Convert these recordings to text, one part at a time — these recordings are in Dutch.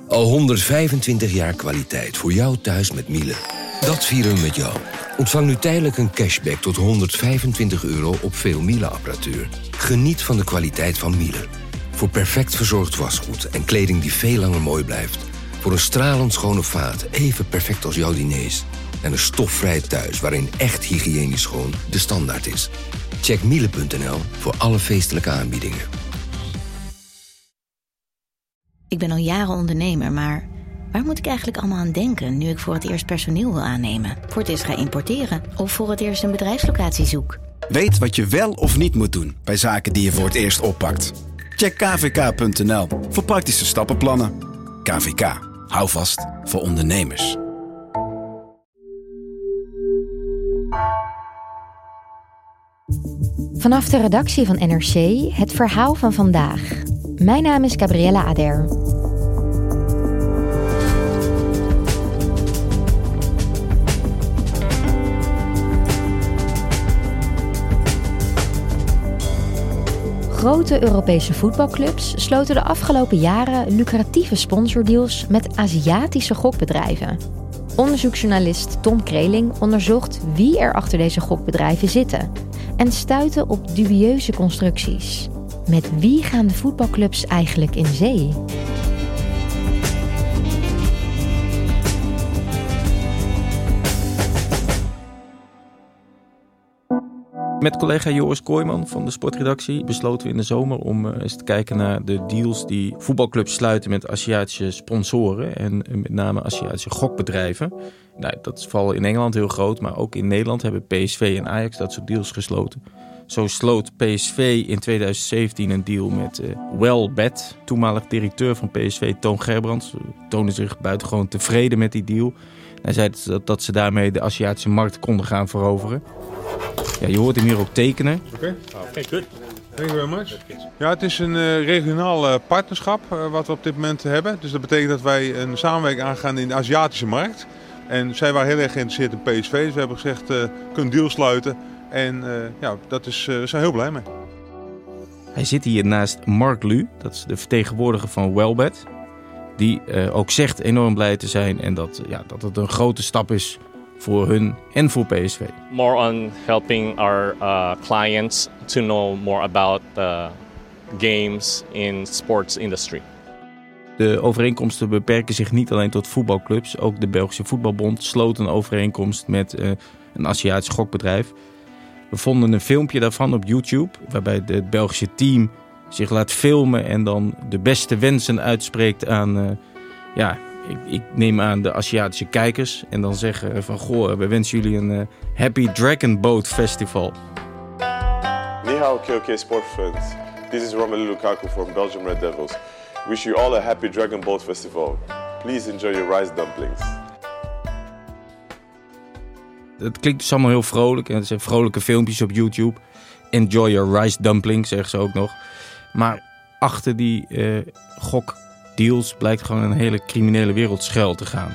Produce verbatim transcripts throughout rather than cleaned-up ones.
Al honderdvijfentwintig jaar kwaliteit voor jou thuis met Miele. Dat vieren we met jou. Ontvang nu tijdelijk een cashback tot honderdvijfentwintig euro op veel Miele-apparatuur. Geniet van de kwaliteit van Miele. Voor perfect verzorgd wasgoed en kleding die veel langer mooi blijft. Voor een stralend schone vaat, even perfect als jouw diners. En een stofvrij thuis waarin echt hygiënisch schoon de standaard is. Check miele punt n l voor alle feestelijke aanbiedingen. Ik ben al jaren ondernemer, maar waar moet ik eigenlijk allemaal aan denken nu ik voor het eerst personeel wil aannemen, voor het eerst ga importeren of voor het eerst een bedrijfslocatie zoek? Weet wat je wel of niet moet doen bij zaken die je voor het eerst oppakt. Check k v k punt n l voor praktische stappenplannen. K V K, hou vast voor ondernemers. Vanaf de redactie van N R C het verhaal van vandaag. Mijn naam is Gabriella Ader. Grote Europese voetbalclubs sloten de afgelopen jaren lucratieve sponsordeals met Aziatische gokbedrijven. Onderzoeksjournalist Tom Kreling onderzocht wie er achter deze gokbedrijven zitten en stuitte op dubieuze constructies. Met wie gaan de voetbalclubs eigenlijk in zee? Met collega Joris Kooijman van de sportredactie besloten we in de zomer om uh, eens te kijken naar de deals die voetbalclubs sluiten met Aziatische sponsoren en uh, met name Aziatische gokbedrijven. Nou, dat is vooral in Engeland heel groot, maar ook in Nederland hebben P S V en Ajax dat soort deals gesloten. Zo sloot P S V in tweeduizend zeventien een deal met uh, Wellbet. Toenmalig directeur van P S V, Toon Gerbrands, toonde zich buitengewoon tevreden met die deal. Hij zei dat, dat ze daarmee de Aziatische markt konden gaan veroveren. Ja, je hoort hem hier ook tekenen. Oké, okay. okay, good. Thank you very much. Ja, het is een uh, regionaal uh, partnerschap uh, wat we op dit moment hebben. Dus dat betekent dat wij een samenwerking aangaan in de Aziatische markt. En zij waren heel erg geïnteresseerd in P S V. Dus we hebben gezegd, uh, kunnen deal sluiten. En uh, ja, dat is, uh, we zijn heel blij mee. Hij zit hier naast Mark Lu, dat is de vertegenwoordiger van Wellbet. Die uh, ook zegt enorm blij te zijn en dat, ja, dat het een grote stap is voor hun en voor P S V. More on helping our uh, clients to know more about uh, games in sports industry. De overeenkomsten beperken zich niet alleen tot voetbalclubs. Ook de Belgische Voetbalbond sloot een overeenkomst met uh, een Aziatisch gokbedrijf. We vonden een filmpje daarvan op YouTube, waarbij het Belgische team zich laat filmen en dan de beste wensen uitspreekt aan, uh, ja, ik, ik neem aan de Aziatische kijkers. En dan zeggen van, goh, we wensen jullie een uh, Happy Dragon Boat Festival. Ni hao K O K Sport fans. This is Romelu Lukaku from Belgium Red Devils. Wish you all a Happy Dragon Boat Festival. Please enjoy your rice dumplings. Het klinkt dus allemaal heel vrolijk. En het zijn vrolijke filmpjes op YouTube. Enjoy your rice dumplings, zeggen ze ook nog. Maar achter die uh, gokdeals blijkt gewoon een hele criminele wereld schuil te gaan.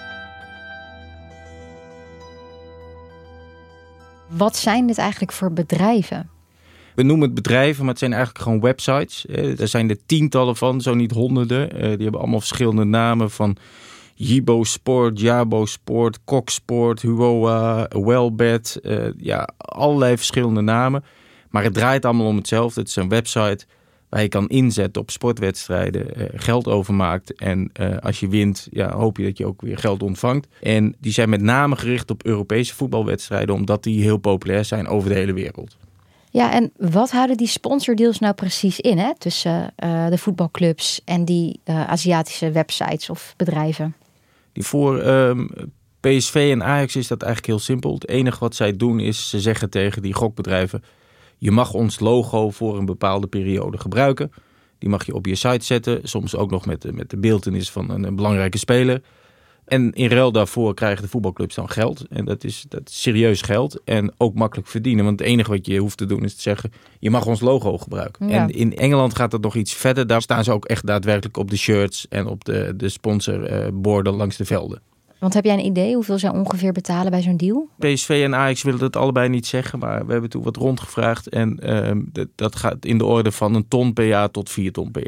Wat zijn dit eigenlijk voor bedrijven? We noemen het bedrijven, maar het zijn eigenlijk gewoon websites. Uh, er zijn er tientallen van, zo niet honderden. Uh, die hebben allemaal verschillende namen van Yibo Sport, Jabo Sport, Kok Sport, Huoa, Wellbet. Uh, ja, allerlei verschillende namen. Maar het draait allemaal om hetzelfde. Het is een website waar je kan inzetten op sportwedstrijden, uh, geld overmaakt. En uh, als je wint, ja, hoop je dat je ook weer geld ontvangt. En die zijn met name gericht op Europese voetbalwedstrijden, omdat die heel populair zijn over de hele wereld. Ja, en wat houden die sponsordeals nou precies in, hè? Tussen uh, de voetbalclubs en die uh, Aziatische websites of bedrijven? Die voor um, P S V en Ajax is dat eigenlijk heel simpel. Het enige wat zij doen is, ze zeggen tegen die gokbedrijven, je mag ons logo voor een bepaalde periode gebruiken. Die mag je op je site zetten, soms ook nog met de, met de beeltenis van een, een belangrijke speler. En in ruil daarvoor krijgen de voetbalclubs dan geld. En dat is, dat is serieus geld en ook makkelijk verdienen. Want het enige wat je hoeft te doen is te zeggen, je mag ons logo gebruiken. Ja. En in Engeland gaat dat nog iets verder. Daar staan ze ook echt daadwerkelijk op de shirts en op de, de sponsorborden langs de velden. Want heb jij een idee hoeveel zij ongeveer betalen bij zo'n deal? P S V en Ajax willen het allebei niet zeggen, maar we hebben toen wat rondgevraagd. En uh, dat gaat in de orde van een ton per jaar tot vier ton per jaar.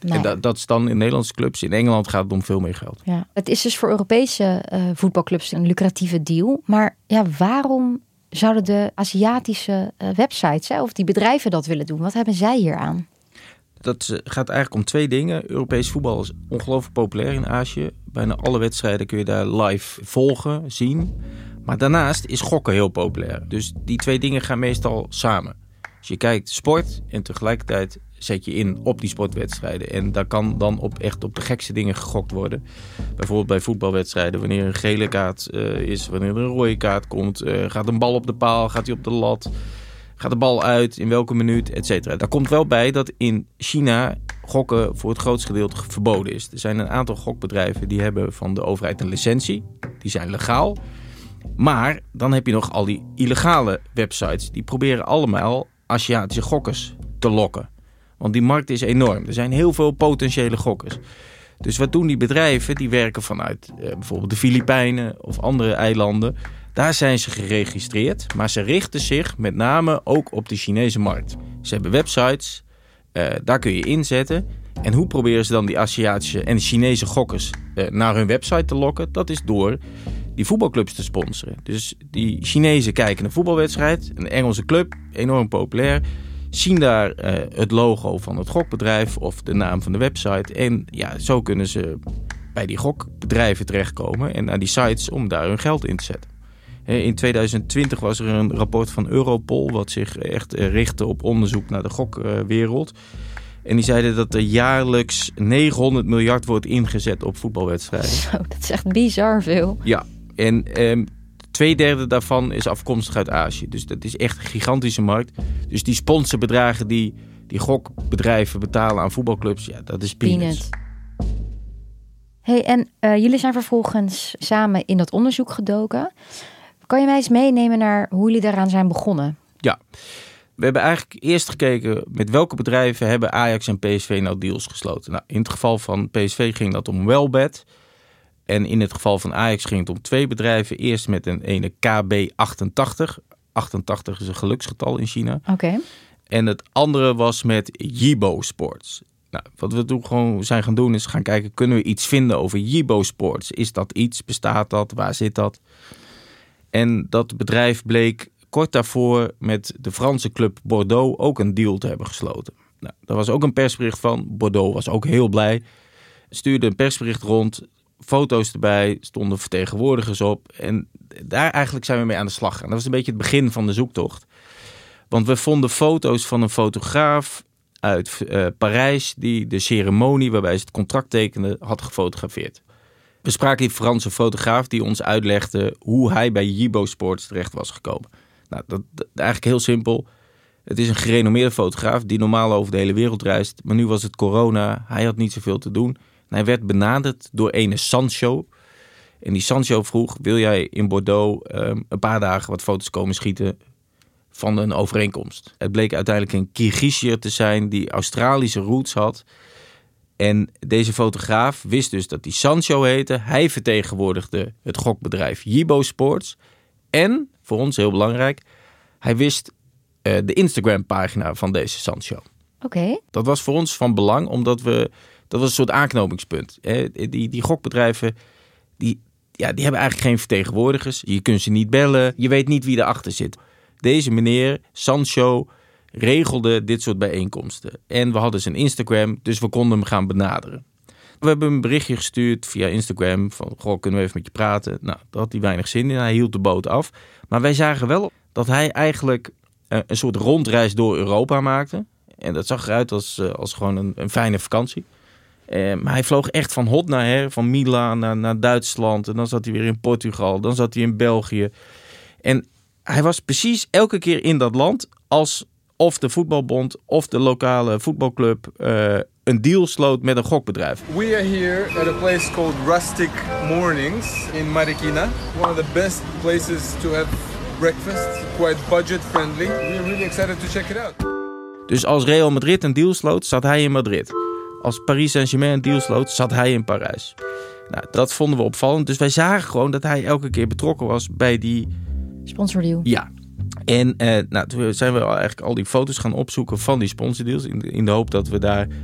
Nee. En dat, dat is dan in Nederlandse clubs. In Engeland gaat het om veel meer geld. Ja. Het is dus voor Europese uh, voetbalclubs een lucratieve deal. Maar ja, waarom zouden de Aziatische uh, websites hè, of die bedrijven dat willen doen? Wat hebben zij hier aan? Dat gaat eigenlijk om twee dingen. Europees voetbal is ongelooflijk populair in Azië. Bijna alle wedstrijden kun je daar live volgen, zien. Maar daarnaast is gokken heel populair. Dus die twee dingen gaan meestal samen. Dus je kijkt sport en tegelijkertijd zet je in op die sportwedstrijden. En daar kan dan op echt op de gekste dingen gegokt worden. Bijvoorbeeld bij voetbalwedstrijden. Wanneer een gele kaart uh, is, wanneer er een rode kaart komt. Uh, gaat een bal op de paal, gaat hij op de lat. Gaat de bal uit, in welke minuut, et cetera. Daar komt wel bij dat in China gokken voor het grootste gedeelte verboden is. Er zijn een aantal gokbedrijven die hebben van de overheid een licentie. Die zijn legaal. Maar dan heb je nog al die illegale websites. Die proberen allemaal Aziatische gokkers te lokken. Want die markt is enorm. Er zijn heel veel potentiële gokkers. Dus wat doen die bedrijven? Die werken vanuit eh, bijvoorbeeld de Filipijnen of andere eilanden. Daar zijn ze geregistreerd. Maar ze richten zich met name ook op de Chinese markt. Ze hebben websites. Uh, daar kun je inzetten. En hoe proberen ze dan die Aziatische en Chinese gokkers uh, naar hun website te lokken? Dat is door die voetbalclubs te sponsoren. Dus die Chinezen kijken een voetbalwedstrijd. Een Engelse club, enorm populair. Zien daar uh, het logo van het gokbedrijf of de naam van de website. En ja, zo kunnen ze bij die gokbedrijven terechtkomen en naar die sites om daar hun geld in te zetten. In tweeduizend twintig was er een rapport van Europol wat zich echt richtte op onderzoek naar de gokwereld. En die zeiden dat er jaarlijks negenhonderd miljard wordt ingezet op voetbalwedstrijden. Zo, dat is echt bizar veel. Ja, en eh, twee derde daarvan is afkomstig uit Azië. Dus dat is echt een gigantische markt. Dus die sponsorbedragen die die gokbedrijven betalen aan voetbalclubs, ja, dat is peanuts. Peanut. Hey, en uh, jullie zijn vervolgens samen in dat onderzoek gedoken. Kan je mij eens meenemen naar hoe jullie daaraan zijn begonnen? Ja, we hebben eigenlijk eerst gekeken met welke bedrijven hebben Ajax en P S V nou deals gesloten. Nou, in het geval van P S V ging dat om Welbet. En in het geval van Ajax ging het om twee bedrijven. Eerst met een ene K B achtentachtig. achtentachtig is een geluksgetal in China. Oké. Okay. En het andere was met Yibo Sports. Nou, wat we toen gewoon zijn gaan doen is gaan kijken, kunnen we iets vinden over Yibo Sports? Is dat iets? Bestaat dat? Waar zit dat? En dat bedrijf bleek kort daarvoor met de Franse club Bordeaux ook een deal te hebben gesloten. Nou, daar was ook een persbericht van. Bordeaux was ook heel blij. Stuurde een persbericht rond, foto's erbij, stonden vertegenwoordigers op. En daar eigenlijk zijn we mee aan de slag gegaan. Dat was een beetje het begin van de zoektocht. Want we vonden foto's van een fotograaf uit uh, Parijs die de ceremonie waarbij ze het contract tekenden had gefotografeerd. We spraken die Franse fotograaf die ons uitlegde hoe hij bij Yibo Sports terecht was gekomen. Nou, dat, dat eigenlijk heel simpel. Het is een gerenommeerde fotograaf die normaal over de hele wereld reist. Maar nu was het corona. Hij had niet zoveel te doen. En hij werd benaderd door ene Sancho. En die Sancho vroeg, wil jij in Bordeaux um, een paar dagen wat foto's komen schieten van een overeenkomst? Het bleek uiteindelijk een Kirgiziër te zijn die Australische roots had. En deze fotograaf wist dus dat die Sancho heette. Hij vertegenwoordigde het gokbedrijf Yibo Sports. En, voor ons heel belangrijk, hij wist uh, de Instagram-pagina van deze Sancho. Oké. Okay. Dat was voor ons van belang, omdat we... Dat was een soort aanknopingspunt. Hè? Die, die gokbedrijven, die, ja, die hebben eigenlijk geen vertegenwoordigers. Je kunt ze niet bellen. Je weet niet wie erachter zit. Deze meneer, Sancho, regelde dit soort bijeenkomsten. En we hadden zijn Instagram, dus we konden hem gaan benaderen. We hebben hem een berichtje gestuurd via Instagram van, goh, kunnen we even met je praten? Nou, daar had hij weinig zin in. Hij hield de boot af. Maar wij zagen wel dat hij eigenlijk uh, een soort rondreis door Europa maakte. En dat zag eruit als, uh, als gewoon een, een fijne vakantie. Uh, maar hij vloog echt van hot naar her, van Milaan naar, naar Duitsland. En dan zat hij weer in Portugal, dan zat hij in België. En hij was precies elke keer in dat land als of de voetbalbond of de lokale voetbalclub uh, een deal sloot met een gokbedrijf. We are here at a place called Rustic Mornings in Marikina. One of the best places to have breakfast, quite budget friendly. We are really excited to check it out. Dus als Real Madrid een deal sloot, zat hij in Madrid. Als Paris Saint-Germain een deal sloot, zat hij in Parijs. Nou, dat vonden we opvallend. Dus wij zagen gewoon dat hij elke keer betrokken was bij die sponsordeal. Ja. En uh, nou, toen zijn we eigenlijk al die foto's gaan opzoeken van die sponsordeals. In de, in de hoop dat we daar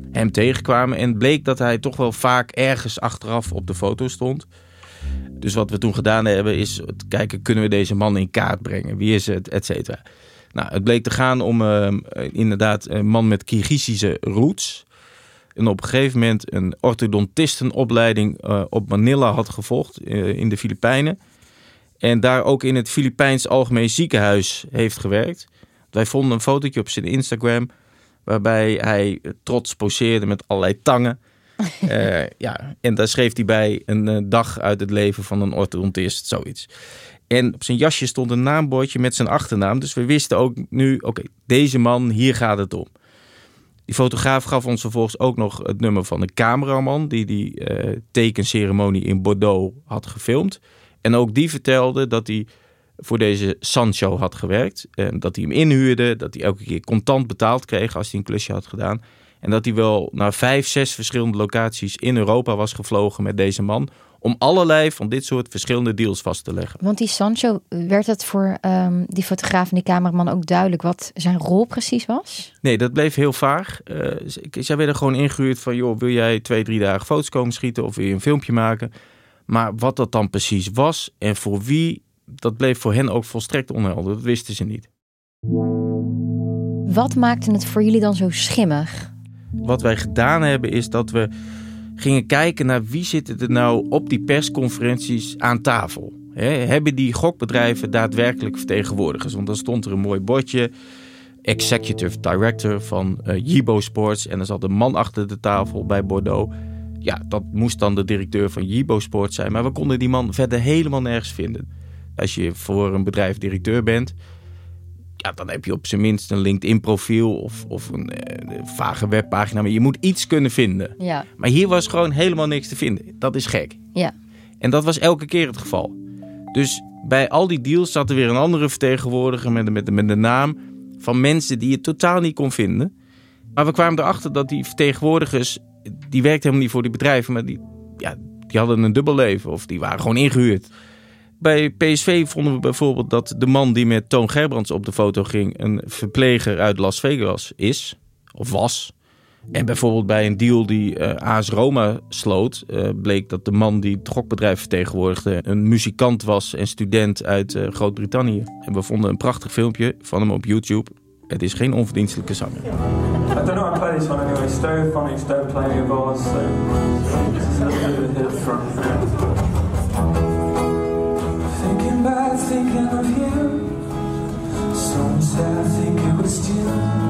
hem tegenkwamen. En bleek dat hij toch wel vaak ergens achteraf op de foto stond. Dus wat we toen gedaan hebben is te kijken, kunnen we deze man in kaart brengen? Wie is het, et cetera. Nou, het bleek te gaan om uh, inderdaad een man met Kirgizische roots. En op een gegeven moment een orthodontistenopleiding uh, op Manila had gevolgd uh, in de Filipijnen. En daar ook in het Filipijns Algemeen Ziekenhuis heeft gewerkt. Wij vonden een fotootje op zijn Instagram waarbij hij trots poseerde met allerlei tangen. uh, ja, en daar schreef hij bij een uh, dag uit het leven van een orthodontist, zoiets. En op zijn jasje stond een naambordje met zijn achternaam. Dus we wisten ook nu, oké, okay, deze man, hier gaat het om. Die fotograaf gaf ons vervolgens ook nog het nummer van de cameraman die die uh, tekenceremonie in Bordeaux had gefilmd. En ook die vertelde dat hij voor deze Sancho had gewerkt. En dat hij hem inhuurde, dat hij elke keer contant betaald kreeg als hij een klusje had gedaan. En dat hij wel naar vijf, zes verschillende locaties in Europa was gevlogen met deze man. Om allerlei van dit soort verschillende deals vast te leggen. Want die Sancho, werd het voor um, die fotograaf en die cameraman ook duidelijk wat zijn rol precies was? Nee, dat bleef heel vaag. Uh, zij werden gewoon ingehuurd van, joh, wil jij twee, drie dagen foto's komen schieten of wil je een filmpje maken? Maar wat dat dan precies was en voor wie, dat bleef voor hen ook volstrekt onhelder. Dat wisten ze niet. Wat maakte het voor jullie dan zo schimmig? Wat wij gedaan hebben is dat we gingen kijken naar wie zitten er nou op die persconferenties aan tafel. He, hebben die gokbedrijven daadwerkelijk vertegenwoordigers? Want dan stond er een mooi bordje. Executive Director van uh, Yibo Sports. En er zat een man achter de tafel bij Bordeaux. Ja, dat moest dan de directeur van Yibo Sports zijn. Maar we konden die man verder helemaal nergens vinden. Als je voor een bedrijf directeur bent, ja, dan heb je op zijn minst een LinkedIn profiel of, of een, een vage webpagina. Maar je moet iets kunnen vinden. Ja. Maar hier was gewoon helemaal niks te vinden. Dat is gek. Ja. En dat was elke keer het geval. Dus bij al die deals zat er weer een andere vertegenwoordiger met, met, met de naam van mensen die je totaal niet kon vinden. Maar we kwamen erachter dat die vertegenwoordigers, die werkten helemaal niet voor die bedrijven, maar die, ja, die hadden een dubbel leven of die waren gewoon ingehuurd. Bij P S V vonden we bijvoorbeeld dat de man die met Toon Gerbrands op de foto ging een verpleger uit Las Vegas is, of was. En bijvoorbeeld bij een deal die uh, A S Roma sloot, uh, bleek dat de man die het gokbedrijf vertegenwoordigde een muzikant was en student uit uh, Groot-Brittannië. En we vonden een prachtig filmpje van hem op YouTube. Het is geen onverdienstelijke zanger. I don't know how to play this one anyway. Stereophonics don't play any of ours, so this is a little bit of a hit from. Thinking back, thinking of you. Some say I think it was you.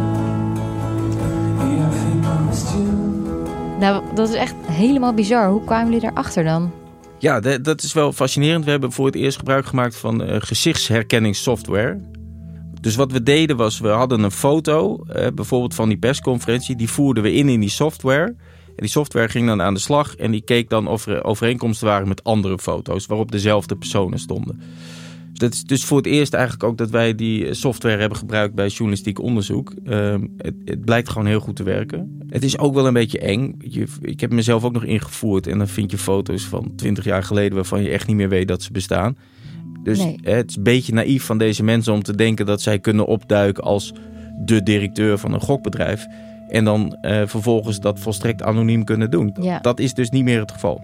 Yeah, I think it was you. Nou, dat is echt helemaal bizar. Hoe kwamen jullie daarachter dan? Ja, de, dat is wel fascinerend. We hebben voor het eerst gebruik gemaakt van uh, gezichtsherkenningssoftware. Dus wat we deden was, we hadden een foto, uh, bijvoorbeeld van die persconferentie. Die voerden we in in die software. En die software ging dan aan de slag en die keek dan of er overeenkomsten waren met andere foto's waarop dezelfde personen stonden. Dat is dus voor het eerst eigenlijk ook dat wij die software hebben gebruikt bij journalistiek onderzoek. Uh, het, het blijkt gewoon heel goed te werken. Het is ook wel een beetje eng. Je, ik heb mezelf ook nog ingevoerd en dan vind je foto's van twintig jaar geleden waarvan je echt niet meer weet dat ze bestaan. Dus nee. Het is een beetje naïef van deze mensen om te denken dat zij kunnen opduiken als de directeur van een gokbedrijf. En dan uh, vervolgens dat volstrekt anoniem kunnen doen. Ja. Dat is dus niet meer het geval.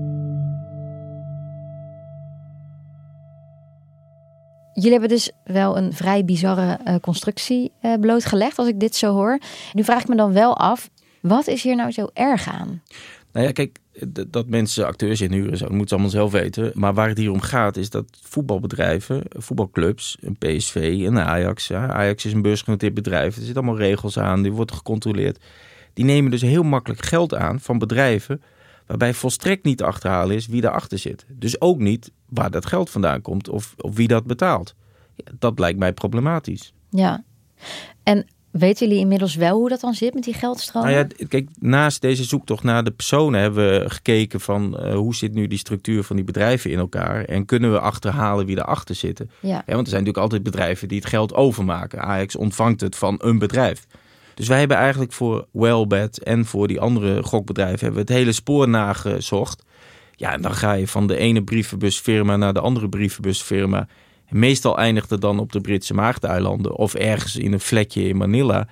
Jullie hebben dus wel een vrij bizarre uh, constructie uh, blootgelegd, als ik dit zo hoor. Nu vraag ik me dan wel af, wat is hier nou zo erg aan? Nou ja, kijk, d- dat mensen acteurs inhuren, dat moeten ze allemaal zelf weten. Maar waar het hier om gaat, is dat voetbalbedrijven, voetbalclubs, een P S V, een Ajax. Ja, Ajax is een beursgenoteerd bedrijf. Er zitten allemaal regels aan, die wordt gecontroleerd. Die nemen dus heel makkelijk geld aan van bedrijven waarbij volstrekt niet te achterhalen is wie daarachter zit. Dus ook niet waar dat geld vandaan komt of, of wie dat betaalt. Ja, dat lijkt mij problematisch. Ja, en weten jullie inmiddels wel hoe dat dan zit met die geldstromen? Nou ja, kijk, naast deze zoektocht naar de personen hebben we gekeken van uh, hoe zit nu die structuur van die bedrijven in elkaar en kunnen we achterhalen wie daarachter zitten. Ja. Ja, want er zijn natuurlijk altijd bedrijven die het geld overmaken. Ajax ontvangt het van een bedrijf. Dus wij hebben eigenlijk voor Wellbet en voor die andere gokbedrijven hebben we het hele spoor nagezocht. Ja, en dan ga je van de ene brievenbusfirma naar de andere brievenbusfirma. En meestal eindigt het dan op de Britse Maagdeilanden of ergens in een flatje in Manila.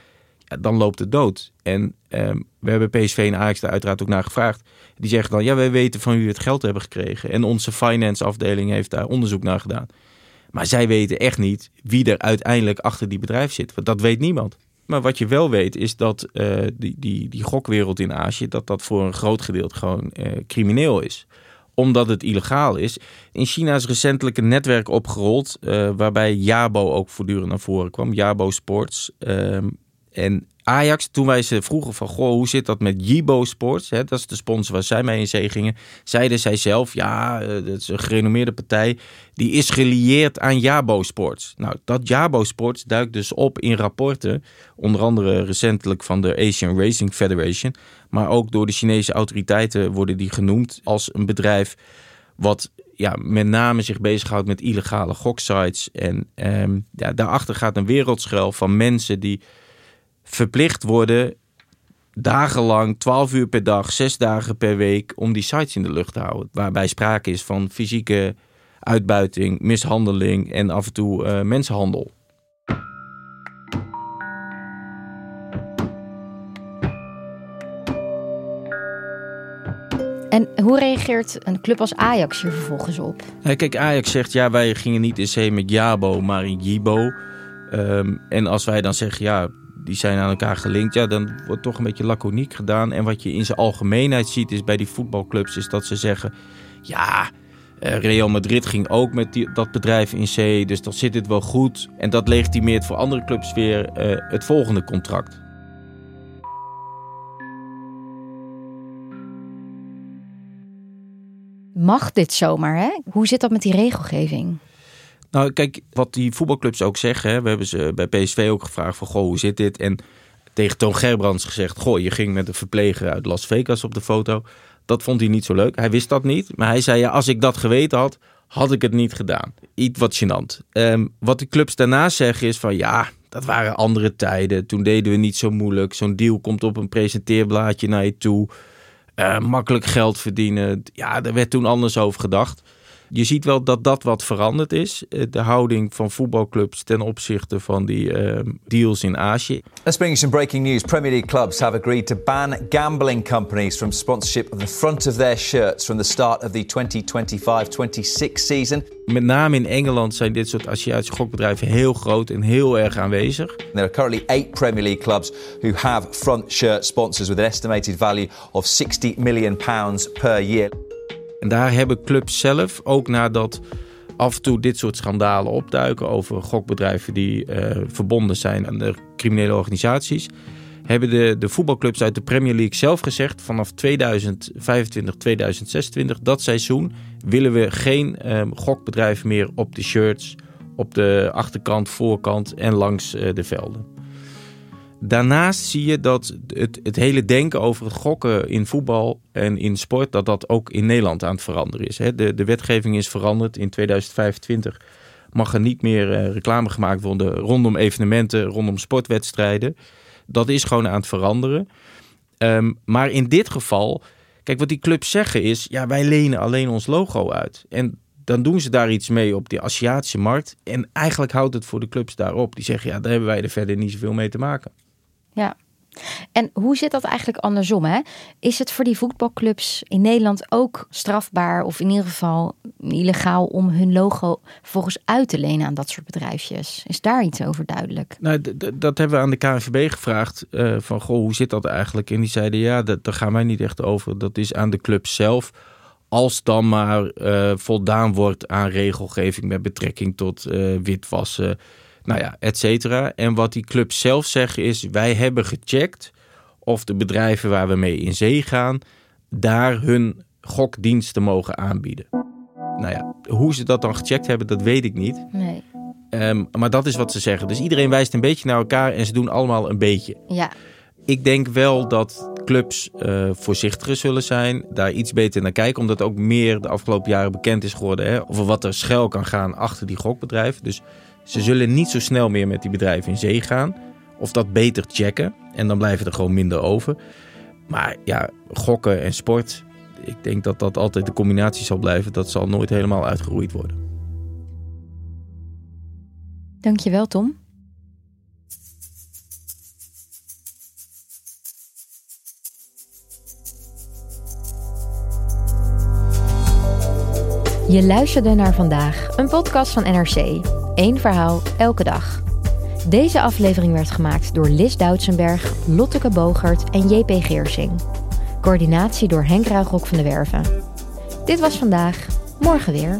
ja, dan loopt het dood. En um, we hebben P S V en Ajax daar uiteraard ook naar gevraagd. Die zeggen dan, ja, wij weten van wie we het geld hebben gekregen. En onze finance afdeling heeft daar onderzoek naar gedaan. Maar zij weten echt niet wie er uiteindelijk achter die bedrijf zit. Want dat weet niemand. Maar wat je wel weet is dat uh, die, die, die gokwereld in Azië, dat dat voor een groot gedeelte gewoon uh, crimineel is. Omdat het illegaal is. In China is recentelijk een netwerk opgerold uh, waarbij Jabo ook voortdurend naar voren kwam. Jabo Sports. Uh, en Ajax, toen wij ze vroegen van, goh, hoe zit dat met Yibo Sports? Hè, dat is de sponsor waar zij mee in zee gingen. Zeiden zij zelf, ja, dat is een gerenommeerde partij. Die is gelieerd aan Jabo Sports. Nou, dat Jabo Sports duikt dus op in rapporten. Onder andere recentelijk van de Asian Racing Federation. Maar ook door de Chinese autoriteiten worden die genoemd als een bedrijf wat ja, met name zich bezighoudt met illegale goksites. En um, ja, daarachter gaat een wereldschuil van mensen die verplicht worden dagenlang, twaalf uur per dag, zes dagen per week om die sites in de lucht te houden. Waarbij sprake is van fysieke uitbuiting, mishandeling en af en toe uh, mensenhandel. En hoe reageert een club als Ajax hier vervolgens op? Kijk, Ajax zegt, ja, wij gingen niet in zee met Jabo, maar in Yibo. Um, en als wij dan zeggen, ja, die zijn aan elkaar gelinkt, ja, dan wordt toch een beetje laconiek gedaan. En wat je in zijn algemeenheid ziet is bij die voetbalclubs, is dat ze zeggen, ja, Real Madrid ging ook met die, dat bedrijf in zee, dus dan zit het wel goed. En dat legitimeert voor andere clubs weer uh, het volgende contract. Mag dit zomaar, hè? Hoe zit dat met die regelgeving? Nou, kijk, wat die voetbalclubs ook zeggen, hè, we hebben ze bij P S V ook gevraagd van, goh, hoe zit dit? En tegen Toon Gerbrands gezegd, goh, je ging met een verpleger uit Las Vegas op de foto. Dat vond hij niet zo leuk. Hij wist dat niet, maar hij zei, ja, als ik dat geweten had, had ik het niet gedaan. Iets wat gênant. Um, wat de clubs daarnaast zeggen is van, ja, dat waren andere tijden. Toen deden we niet zo moeilijk. Zo'n deal komt op een presenteerblaadje naar je toe. Uh, makkelijk geld verdienen. Ja, daar werd toen anders over gedacht. Je ziet wel dat dat wat veranderd is. De houding van voetbalclubs ten opzichte van die uh, deals in Azië. Let's bring you some breaking news. Premier League clubs have agreed to ban gambling companies from sponsorship of the front of their shirts from the start of the twenty twenty-five twenty-six season. Met name in Engeland zijn dit soort Aziatische gokbedrijven heel groot en heel erg aanwezig. There are currently eight Premier League clubs who have front shirt sponsors with an estimated value of sixty million pounds per year. En daar hebben clubs zelf, ook nadat af en toe dit soort schandalen opduiken over gokbedrijven die uh, verbonden zijn aan de criminele organisaties, hebben de, de voetbalclubs uit de Premier League zelf gezegd, vanaf tweeduizend vijfentwintig tweeduizend zesentwintig, dat seizoen willen we geen um, gokbedrijf meer op de shirts, op de achterkant, voorkant en langs uh, de velden. Daarnaast zie je dat het, het hele denken over het gokken in voetbal en in sport, dat dat ook in Nederland aan het veranderen is. De, de wetgeving is veranderd. In tweeduizend vijfentwintig mag er niet meer uh, reclame gemaakt worden rondom evenementen, rondom sportwedstrijden. Dat is gewoon aan het veranderen. Um, maar in dit geval, kijk, wat die clubs zeggen is, ja, wij lenen alleen ons logo uit. En dan doen ze daar iets mee op die Aziatische markt. En eigenlijk houdt het voor de clubs daarop. Die zeggen, ja, daar hebben wij er verder niet zoveel mee te maken. Ja, en hoe zit dat eigenlijk andersom, hè? Is het voor die voetbalclubs in Nederland ook strafbaar of in ieder geval illegaal om hun logo vervolgens uit te lenen aan dat soort bedrijfjes? Is daar iets over duidelijk? Nou, d- d- dat hebben we aan de K N V B gevraagd. Uh, van, goh, hoe zit dat eigenlijk? En die zeiden, ja, dat, daar gaan wij niet echt over. Dat is aan de club zelf. Als dan maar uh, voldaan wordt aan regelgeving met betrekking tot uh, witwassen, nou ja, et cetera. En wat die clubs zelf zeggen is, wij hebben gecheckt of de bedrijven waar we mee in zee gaan, daar hun gokdiensten mogen aanbieden. Nou ja, hoe ze dat dan gecheckt hebben, dat weet ik niet. Nee. Um, maar dat is wat ze zeggen. Dus iedereen wijst een beetje naar elkaar en ze doen allemaal een beetje. Ja. Ik denk wel dat clubs uh, voorzichtiger zullen zijn, daar iets beter naar kijken, omdat ook meer de afgelopen jaren bekend is geworden, hè, over wat er schuil kan gaan achter die gokbedrijven. Dus ze zullen niet zo snel meer met die bedrijven in zee gaan, of dat beter checken, en dan blijven er gewoon minder over. Maar ja, gokken en sport, ik denk dat dat altijd de combinatie zal blijven. Dat zal nooit helemaal uitgeroeid worden. Dankjewel, Tom. Je luisterde naar Vandaag, een podcast van N R C. Eén verhaal, elke dag. Deze aflevering werd gemaakt door Lis Doutsenberg, Lotteke Bogert en J P Geersing. Coördinatie door Henk Ruigrok van de Werven. Dit was Vandaag, morgen weer.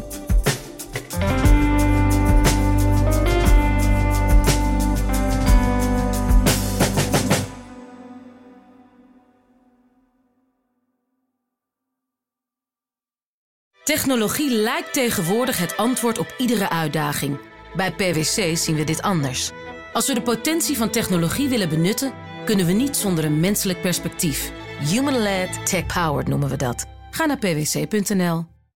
Technologie lijkt tegenwoordig het antwoord op iedere uitdaging. Bij P W C zien we dit anders. Als we de potentie van technologie willen benutten, kunnen we niet zonder een menselijk perspectief. Human-led, tech-powered noemen we dat. Ga naar p w c punt n l.